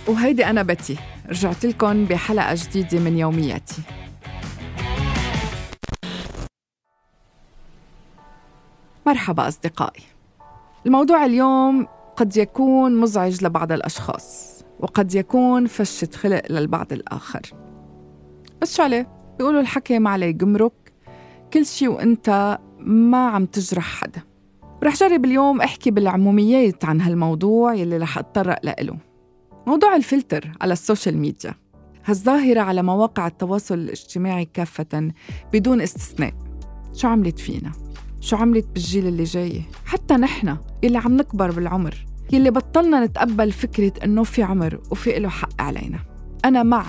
وهيدي أنا بتي، رجعت لكم بحلقة جديدة من يومياتي. مرحبا أصدقائي. الموضوع اليوم قد يكون مزعج لبعض الأشخاص، وقد يكون فشة خلق للبعض الآخر، بس شو عليه؟ بيقولوا الحكي ما عليه جمرك، كل شي وإنت ما عم تجرح حدا. رح جرب اليوم أحكي بالعموميات عن هالموضوع يلي رح أتطرق له، موضوع الفلتر على السوشيال ميديا. هالظاهرة على مواقع التواصل الاجتماعي كافة بدون استثناء، شو عملت فينا؟ شو عملت بالجيل اللي جاي؟ حتى نحنا يلي عم نكبر بالعمر، يلي بطلنا نتقبل فكرة إنه في عمر وفي له حق علينا. أنا مع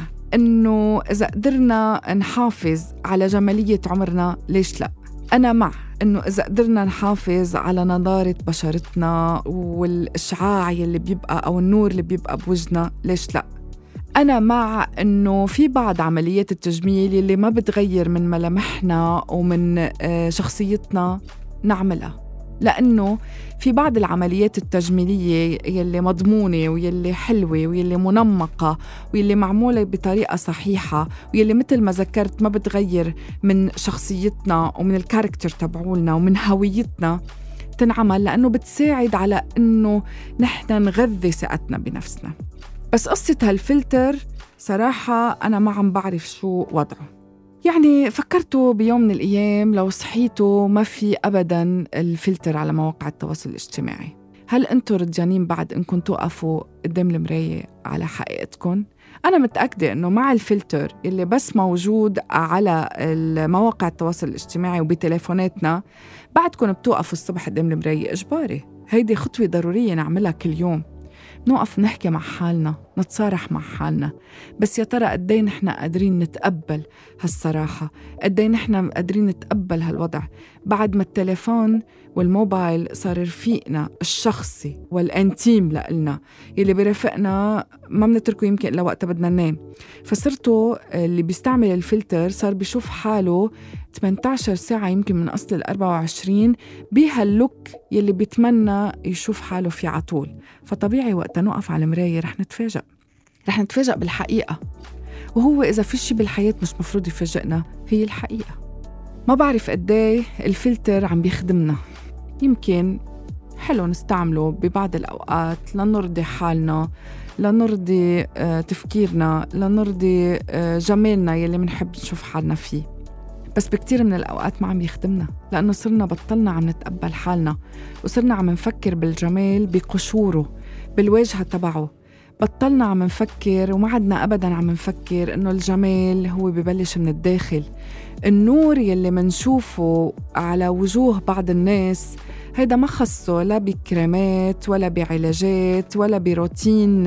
إنه إذا قدرنا نحافظ على جمالية عمرنا، ليش لا؟ أنا مع إنه إذا قدرنا نحافظ على نضارة بشرتنا والإشعاع يلي بيبقى أو النور اللي بيبقى بوجهنا، ليش لا؟ أنا مع إنه في بعض عمليات التجميل يلي ما بتغير من ملامحنا ومن شخصيتنا نعملها، لأنه في بعض العمليات التجميلية يلي مضمونة ويلي حلوة ويلي منمقة ويلي معمولة بطريقة صحيحة ويلي مثل ما ذكرت ما بتغير من شخصيتنا ومن الكاركتر تبعولنا ومن هويتنا، تنعمل لأنه بتساعد على إنه نحن نغذي ثقتنا بنفسنا. بس قصة هالفلتر صراحة أنا ما عم بعرف شو وضعه. يعني فكرتوا بيوم من الأيام لو صحيتوا ما في أبداً الفلتر على مواقع التواصل الاجتماعي، هل أنتوا رجانين بعد إنكم توقفوا قدام المراية على حقيقتكم؟ أنا متأكدة إنه مع الفلتر اللي بس موجود على مواقع التواصل الاجتماعي وبتليفوناتنا، بعدكم بتوقفوا الصبح قدام المراية إجباري. هيدي خطوة ضرورية نعملها كل يوم، نوقف نحكي مع حالنا، نتصارح مع حالنا. بس يا ترى قدي نحن قادرين نتقبل هالصراحة؟ قدي نحن قادرين نتقبل هالوضع بعد ما التليفون والموبايل صار رفيقنا الشخصي والانتيم لإلنا، يلي برافقنا ما بنتركه يمكن إلا وقت بدنا ننام. فصرتوا اللي بيستعمل الفلتر صار بيشوف حاله 18 ساعة يمكن من أصل 24 بهاللوك يلي بيتمنى يشوف حاله في عطول. فطبيعي وقت نوقف على المراية رح نتفاجأ بالحقيقة، وهو إذا في شي بالحياة مش مفروض يفاجئنا هي الحقيقة. ما بعرف قديه الفلتر عم بيخدمنا، يمكن حلو نستعمله ببعض الأوقات لنرضي حالنا، لنرضي تفكيرنا، لنرضي جمالنا يلي منحب نشوف حالنا فيه. بس بكتير من الأوقات ما عم يخدمنا، لأنه صرنا بطلنا عم نتقبل حالنا، وصرنا عم نفكر بالجمال بقشوره، بالواجهة تبعه. بطلنا عم نفكر وما عدنا أبداً عم نفكر إنه الجمال هو ببلش من الداخل. النور يلي منشوفه على وجوه بعض الناس هيدا ما خصه لا بكريمات ولا بعلاجات ولا بروتين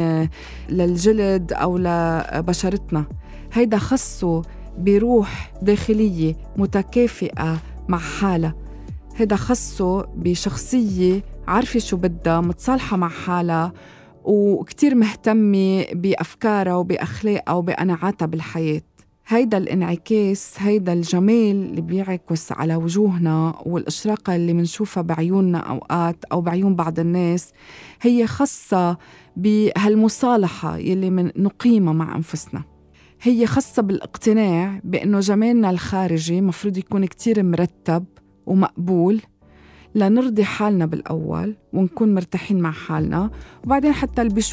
للجلد أو لبشرتنا، هيدا خصه بروح داخلية متكافئة مع حالها، هيدا خصه بشخصية عارفة شو بدها، متصالحة مع حالها، وكتير مهتمة بأفكارها وبأخلاقها وبقناعاتها بالحياة. هيدا الانعكاس، هيدا الجمال اللي بيعكس على وجوهنا والإشراقة اللي منشوفها بعيوننا أوقات أو بعيون بعض الناس، هي خاصة بهالمصالحة يلي نقيمها مع أنفسنا. هي خاصة بالاقتناع بأنه جمالنا الخارجي مفروض يكون كتير مرتب ومقبول لنرضي حالنا بالأول ونكون مرتاحين مع حالنا، وبعدين حتى اللي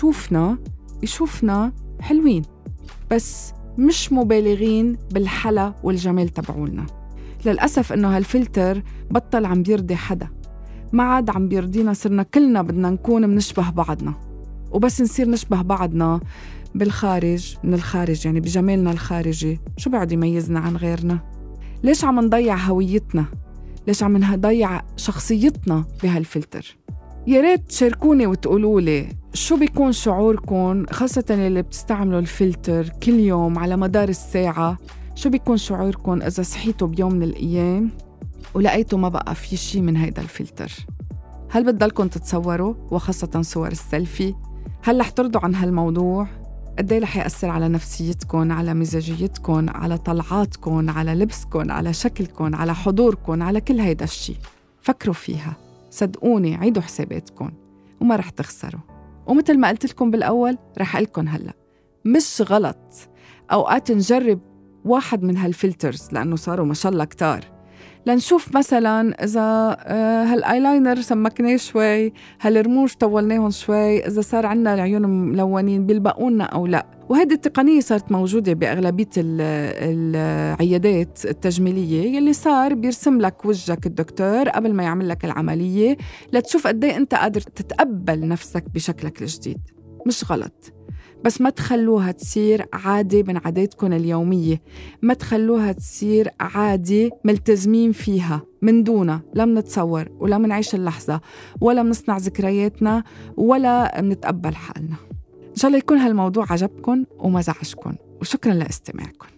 بيشوفنا حلوين بس مش مبالغين بالحلا والجمال تبعولنا. للأسف إنه هالفلتر بطل عم بيرضي حدا، ما عاد عم بيرضينا، صرنا كلنا بدنا نكون منشبه بعضنا، وبس نصير نشبه بعضنا بالخارج، من الخارج يعني بجمالنا الخارجي، شو بعد يميزنا عن غيرنا؟ ليش عم نضيع هويتنا؟ ليش عم نضيع شخصيتنا بهالفلتر؟ يا ريت تشاركوني وتقولوا لي شو بيكون شعوركم، خاصة اللي بتستعملوا الفلتر كل يوم على مدار الساعة. شو بيكون شعوركم إذا صحيتوا بيوم من الأيام ولقيتوا ما بقى في شي من هيدا الفلتر؟ هل بتضلكم تتصوروا، وخاصة صور السيلفي؟ هل رح ترضوا عن هالموضوع؟ قديه رح يأثر على نفسيتكم، على مزاجيتكم، على طلعاتكم، على لبسكم، على شكلكم، على حضوركم، على كل هيدا الشي؟ فكروا فيها، صدقوني، عيدوا حساباتكم وما رح تخسروا. ومثل ما قلت لكم بالأول رح أقلكم هلأ، مش غلط أوقات نجرب واحد من هالفلترز لأنه صاروا ما شاء الله كتار، لنشوف مثلا إذا هالايلاينر سمكناه شوي، هالرموش طولناهم شوي، إذا صار عنا العيون ملونين بيلبقونا أو لا. وهذه التقنية صارت موجودة بأغلبية العيادات التجميلية، يلي صار بيرسم لك وجهك الدكتور قبل ما يعمل لك العملية لتشوف قديه أنت قادر تتقبل نفسك بشكلك الجديد. مش غلط، بس ما تخلوها تصير عادة من عاداتكم اليومية، ما تخلوها تصير عادة ملتزمين فيها من دونها، لا منتصور ولا منعيش اللحظة ولا منصنع ذكرياتنا ولا منتقبل حالنا. إن شاء الله يكون هالموضوع عجبكم وما زعجكم، وشكرا لاستماعكم.